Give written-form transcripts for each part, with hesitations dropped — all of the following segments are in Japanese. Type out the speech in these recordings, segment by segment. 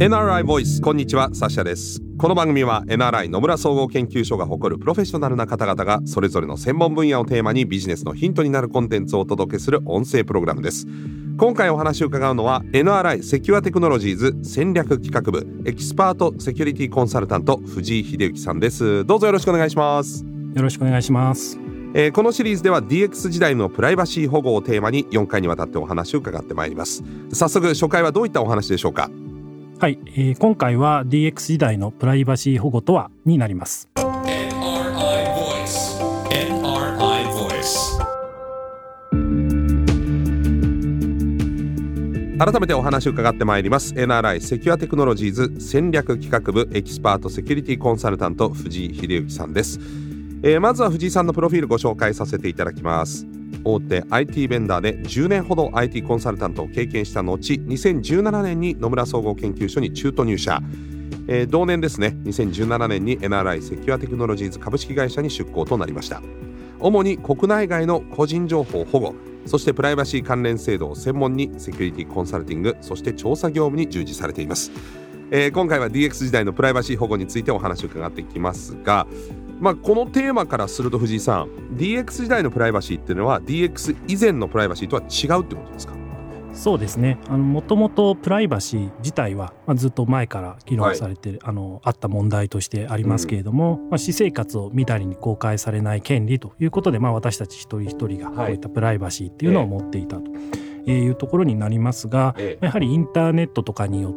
NRI ボイス、こんにちは、サッシャです。この番組は NRI 野村総合研究所が誇るプロフェッショナルな方々がそれぞれの専門分野をテーマにビジネスのヒントになるコンテンツをお届けする音声プログラムです。今回お話を伺うのは NRI セキュアテクノロジーズ戦略企画部エキスパートセキュリティコンサルタント藤井秀幸さんです。どうぞよろしくお願いします。 よろしくお願いします。 このシリーズでは DX 時代のプライバシー保護をテーマに4回にわたってお話を伺ってまいります。早速初回はどういったお話でしょうか。 はい、今回は DX 時代のプライバシー保護とはになります。 NRI Voice 改めてお話を伺ってまいります。 NRI セキュアテクノロジーズ戦略企画部エキスパートセキュリティコンサルタント藤井秀幸さんです。まずは藤井さんのプロフィールご紹介させていただきます。大手 IT ベンダーで10年ほど IT コンサルタントを経験した後、2017年に野村総合研究所に中途入社、同年ですね、2017年に NRI セキュアテクノロジーズ株式会社に出向となりました。主に国内外の個人情報保護、そしてプライバシー関連制度を専門にセキュリティコンサルティング、そして調査業務に従事されています。今回は DX 時代のプライバシー保護についてお話を伺っていきますが、このテーマからすると藤井さん、 DX 時代のプライバシーっていうのは DX 以前のプライバシーとは違うってことですか。 そうですね、もともとプライバシー自体は、ずっと前から議論されて、あった問題としてありますけれども、私生活をみだりに公開されない権利ということで、私たち一人一人がこういったプライバシーっていうのを持っていたというところになりますが、やはりインターネットとかによって、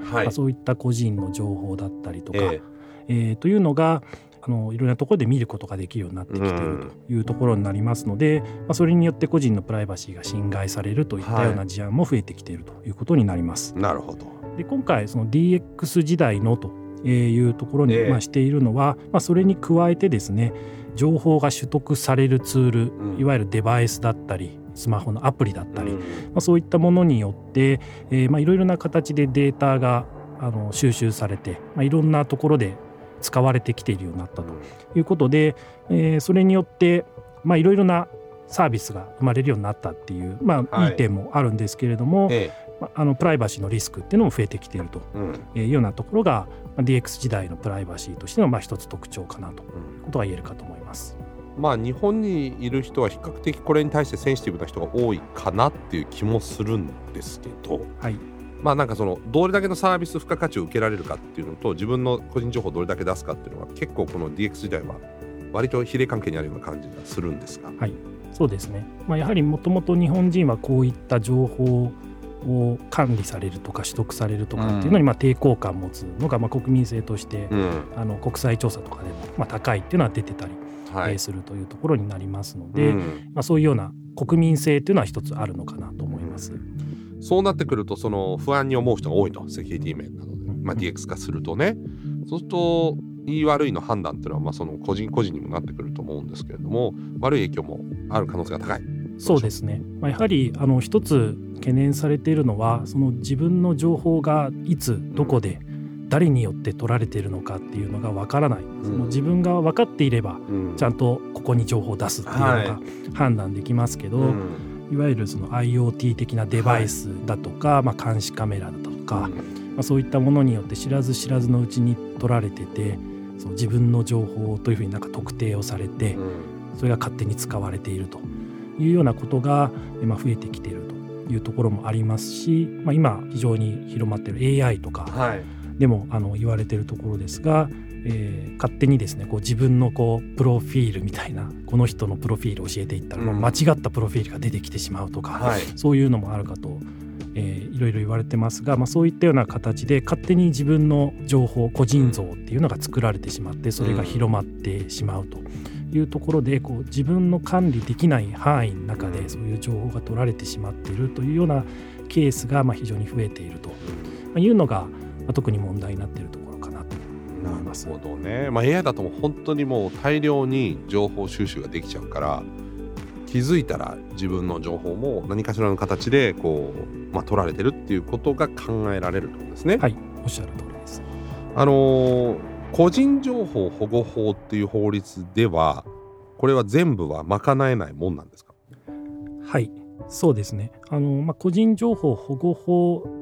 そういった個人の情報だったりとか、というのがいろんなところで見ることができるようになってきているというところになりますので、それによって個人のプライバシーが侵害されるといったような事案も増えてきているということになります。 なるほど。で今回その DX 時代のというところにしているのは、それに加えてですね、情報が取得されるツール、いわゆるデバイスだったりスマホのアプリだったり、そういったものによって、いろいろな形でデータが収集されて、いろんなところで使われてきているようになったということで、それによっていろいろなサービスが生まれるようになったっていう、いい点もあるんですけれども、プライバシーのリスクっていうのも増えてきているというようなところが、DX 時代のプライバシーとしての一つ特徴かなということが言えるかと思います。 日本にいる人は比較的これに対してセンシティブな人が多いかなっていう気もするんですけど、どれだけのサービス付加価値を受けられるかっていうのと、自分の個人情報をどれだけ出すかっていうのは結構この DX 時代は割と比例関係にあるような感じがするんですが。 そうですね、やはりもともと日本人はこういった情報を管理されるとか取得されるとかっていうのに抵抗感を持つのが国民性として、国際調査とかでも高いっていうのは出てたりするというところになりますので、そういうような国民性っていうのは一つあるのかなと思います。 そうなってくると、その不安に思う人が多いと、セキュリティ面なので、DX 化するとね、そうするといい悪いの判断っていうのはその個人個人にもなってくると思うんですけれども、悪い影響もある可能性が高い。 そうですね、やはり一つ懸念されているのは、その自分の情報がいつどこで誰によって取られているのかっていうのがわからない、その自分が分かっていれば、ちゃんとここに情報を出すっていうのが判断できますけど、いわゆるその IoT 的なデバイスだとか、監視カメラだとか、そういったものによって知らず知らずのうちに取られてて、その自分の情報というふうに特定をされて、それが勝手に使われているというようなことが増えてきているというところもありますし、今非常に広まっている AI とかでも言われているところですが、勝手にですね、自分のプロフィールみたいな、この人のプロフィールを教えていったら、間違ったプロフィールが出てきてしまうとか、そういうのもあるかと、いろいろ言われてますが、そういったような形で勝手に自分の情報、個人像っていうのが作られてしまって、それが広まってしまうというところで、自分の管理できない範囲の中でそういう情報が取られてしまっているというようなケースが非常に増えているというのが、特に問題になっているところかなと思います。 なるほどね。AI だともう本当にもう大量に情報収集ができちゃうから、気づいたら自分の情報も何かしらの形で取られてるっていうことが考えられるということですね。 はい、おっしゃる通りです。 個人情報保護法っていう法律では、これは全部は賄えないもんなんですか。 はい、そうですね。個人情報保護法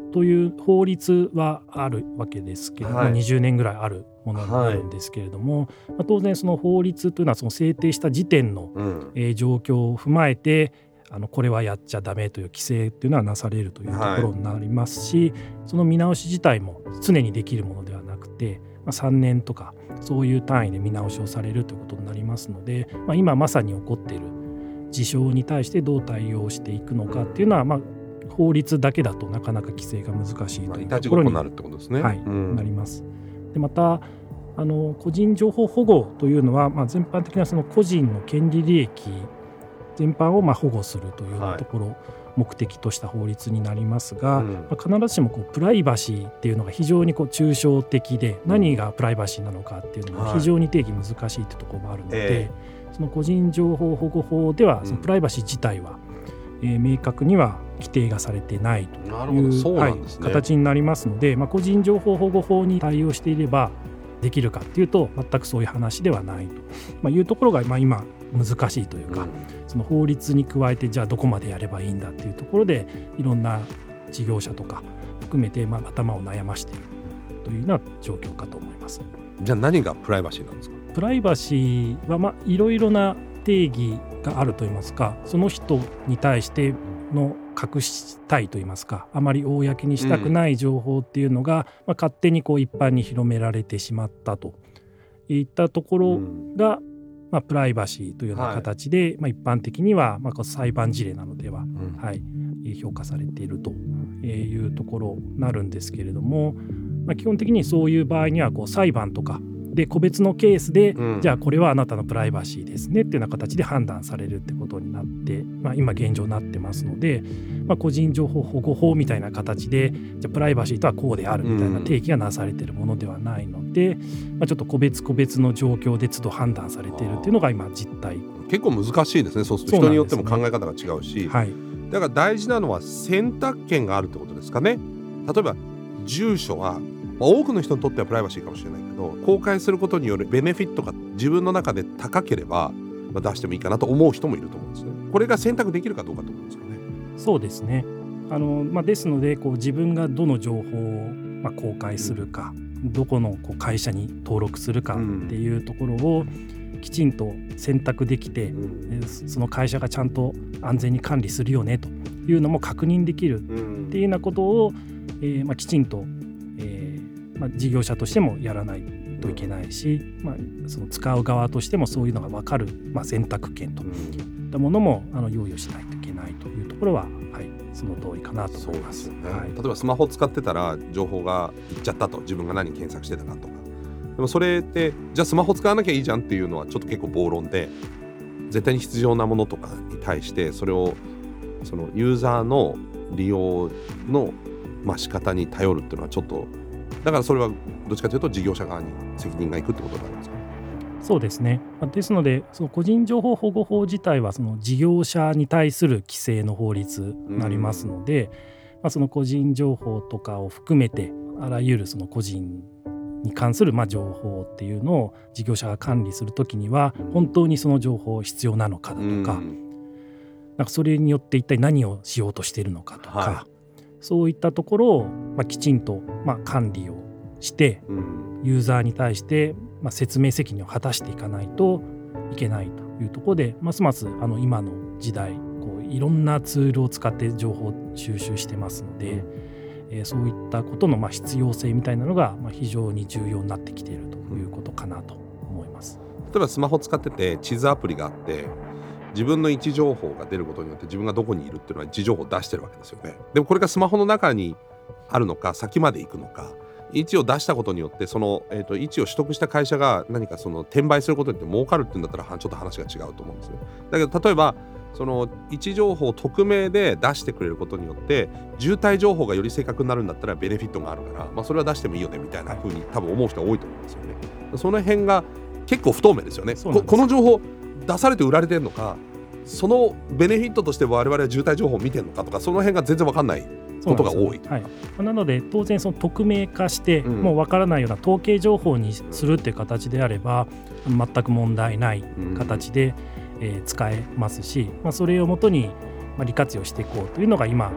という法律はあるわけですけれども、20年ぐらいあるものになるんですけれども、当然その法律というのはその制定した時点の、状況を踏まえてこれはやっちゃダメという規制というのはなされるというところになりますし、その見直し自体も常にできるものではなくて、3年とかそういう単位で見直しをされるということになりますので、今まさに起こっている事象に対してどう対応していくのかっていうのは、法律だけだとなかなか規制が難しいというところになるってことですね。なります。でまた個人情報保護というのは、全般的なその個人の権利利益全般を保護するというようなところを目的とした法律になりますが、必ずしもプライバシーっていうのが非常に抽象的で、何がプライバシーなのかっていうのが非常に定義難しいというところもあるので、その個人情報保護法ではそのプライバシー自体は、明確には規定がされてないという、形になりますので、個人情報保護法に対応していればできるかっていうと全くそういう話ではないというところが、今難しいというか、その法律に加えてじゃあどこまでやればいいんだっていうところでいろんな事業者とか含めて頭を悩ましているというような状況かと思います。 じゃあ何がプライバシーなんですか？ プライバシーはいろいろな定義があるといいますか、その人に対しての隠したいといいますか、あまり公にしたくない情報っていうのが、勝手に一般に広められてしまったといったところが、プライバシーというような形で、一般的には、裁判事例なのでは、評価されているというところになるんですけれども、基本的にそういう場合には裁判とかで個別のケースで、じゃあこれはあなたのプライバシーですねっていうような形で判断されるってことになって、今現状になってますので、個人情報保護法みたいな形でじゃあプライバシーとはこうであるみたいな定義がなされているものではないので、ちょっと個別の状況で都度判断されているっていうのが今実態。 結構難しいですね。そうすると人によっても考え方が違うし、だから大事なのは選択権があるってことですかね。例えば住所は多くの人にとってはプライバシーかもしれないけど、公開することによるベネフィットが自分の中で高ければ、出してもいいかなと思う人もいると思うんですね。これが選択できるかどうかと思うんですよね。 そうですね。ですので自分がどの情報を公開するか、どこの会社に登録するかっていうところをきちんと選択できて、その会社がちゃんと安全に管理するよねというのも確認できるっていうようなことを、きちんと事業者としてもやらないといけないし、その使う側としてもそういうのが分かる、選択権といったものも用意をしないといけないというところは、その通りかなと思います。 例えばスマホを使ってたら情報がいっちゃったと、自分が何検索してたかとか。でもそれってじゃあスマホ使わなきゃいいじゃんっていうのはちょっと結構暴論で、絶対に必要なものとかに対してそれをそのユーザーの利用の仕方に頼るっていうのはちょっと、だからそれはどっちかというと事業者側に責任がいくってことになるんですか？ そうですね。ですのでその個人情報保護法自体はその事業者に対する規制の法律になりますので、その個人情報とかを含めてあらゆるその個人に関する情報っていうのを事業者が管理するときには本当にその情報必要なのかだとか、それによって一体何をしようとしているのかとか、そういったところをきちんと管理をしてユーザーに対して説明責任を果たしていかないといけないというところで、ますます今の時代いろんなツールを使って情報を収集してますので、そういったことの必要性みたいなのが非常に重要になってきているということかなと思います。 例えばスマホ使ってて地図アプリがあって自分の位置情報が出ることによって自分がどこにいるっていうのは位置情報を出してるわけですよね。でもこれがスマホの中にあるのか先まで行くのか、位置を出したことによってその、位置を取得した会社が何かその転売することによって儲かるっていうんだったらちょっと話が違うと思うんですね。だけど例えばその位置情報を匿名で出してくれることによって渋滞情報がより正確になるんだったらベネフィットがあるから、それは出してもいいよねみたいな風に多分思う人が多いと思うんですよね。その辺が結構不透明ですよね。この情報出されて売られてるのか、そのベネフィットとして我々は渋滞情報を見てるのかとか、その辺が全然分かんないことが多い。 なので当然その匿名化してもう分からないような統計情報にするっていう形であれば全く問題ない形で、使えますし、それをもとに利活用していこうというのが今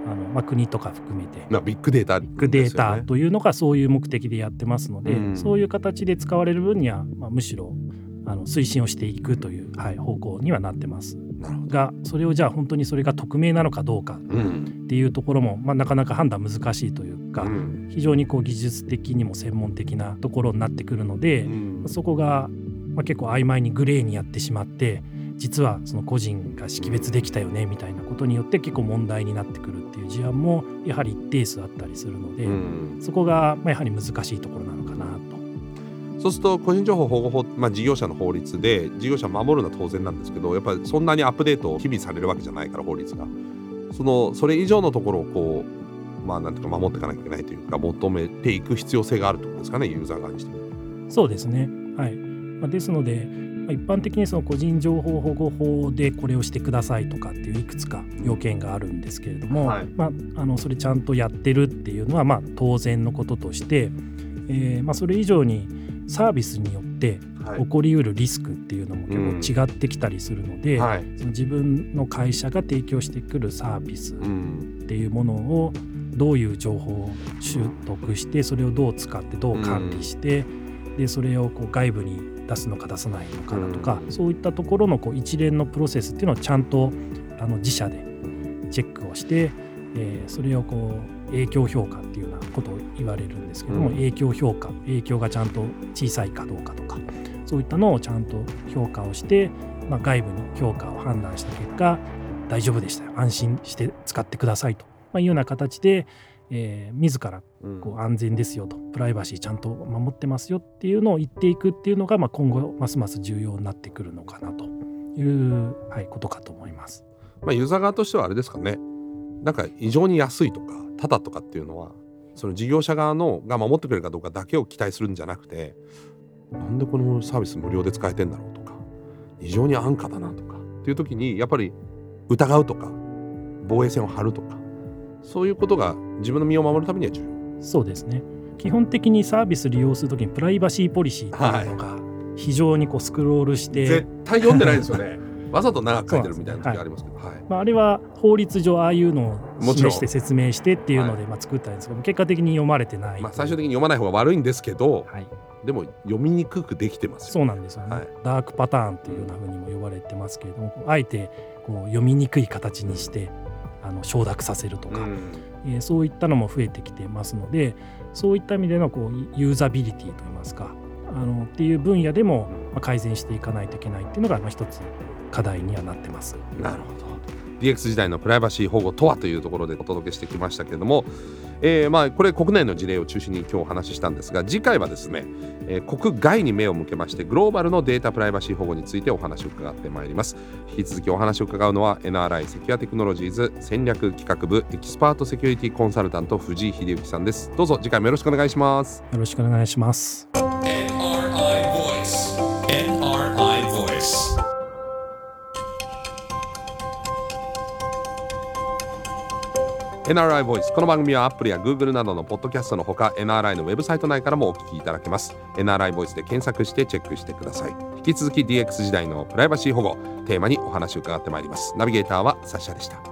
国とか含めてビッグデータですよね。 ビッグデータというのがそういう目的でやってますので、そういう形で使われる分には、むしろ推進をしていくという、方向にはなってますが、それをじゃあ本当にそれが匿名なのかどうかっていうところも、なかなか判断難しいというか、非常に技術的にも専門的なところになってくるので、そこが、結構曖昧にグレーにやってしまって、実はその個人が識別できたよねみたいなことによって結構問題になってくるっていう事案もやはり一定数あったりするので、そこがやはり難しいところなのかなと。 そうすると個人情報保護法、事業者の法律で事業者守るのは当然なんですけど、やっぱりそんなにアップデートを日々されるわけじゃないから、法律がそれ以上のところをなんていうか守っていかなきゃいけないというか、求めていく必要性があるということですかね、ユーザー側にしても。 そうですね、ですので一般的にその個人情報保護法でこれをしてくださいとかっていういくつか要件があるんですけれども、それちゃんとやってるっていうのは当然のこととして、それ以上にサービスによって起こりうるリスクっていうのも結構違ってきたりするので、その自分の会社が提供してくるサービスっていうものをどういう情報を習得して、それをどう使ってどう管理して、でそれを外部に出すのか出さないのかだとか、そういったところの一連のプロセスっていうのをちゃんと自社でチェックをして、それを影響評価っていうようなことを言われるんですけども、影響評価、影響がちゃんと小さいかどうかとか、そういったのをちゃんと評価をして、外部に評価を判断した結果、大丈夫でしたよ、安心して使ってくださいというような形で、自ら安全ですよと、プライバシーちゃんと守ってますよっていうのを言っていくっていうのが、今後ますます重要になってくるのかなという、ことかと思います。 ユーザー側としてはあれですかね、なんか異常に安いとかタダとかっていうのは、その事業者側が守ってくれるかどうかだけを期待するんじゃなくて、なんでこのサービス無料で使えてんだろうとか、異常に安価だなとかっていう時にやっぱり疑うとか防衛線を張るとか、そういうことが自分の身を守るためには重要。 そうですね。基本的にサービス利用するときにプライバシーポリシーっていうのが非常にスクロールして、 絶対読んでないですよねわざと長く書いてるみたいな時ありますけど、 あれは法律上ああいうのを示して説明してっていうので作ったんですけど、結果的に読まれてない、 最終的に読まない方が悪いんですけど、でも読みにくくできてますよね。 そうなんですよね、ダークパターンというような風にも呼ばれてますけれども、あえて読みにくい形にして承諾させるとか、そういったのも増えてきてますので、そういった意味でのユーザビリティといいますかっていう分野でも改善していかないといけないっていうのが一つ課題にはなってます。 なるほど。 DX 時代のプライバシー保護とはというところでお届けしてきましたけれども、これ国内の事例を中心に今日お話ししたんですが、次回はですね、国外に目を向けましてグローバルのデータプライバシー保護についてお話を伺ってまいります。引き続きお話を伺うのは NRI セキュアテクノロジーズ戦略企画部エキスパートセキュリティコンサルタント藤井秀幸さんです。どうぞ次回もよろしくお願いします。 よろしくお願いします。 NRI Voice NRI Voice、 この番組は Apple や Google などのポッドキャストのほか NRI のウェブサイト内からもお聞きいただけます。 NRI Voice で検索してチェックしてください。引き続き DX 時代のプライバシー保護テーマにお話を伺ってまいります。ナビゲーターはサッシャでした。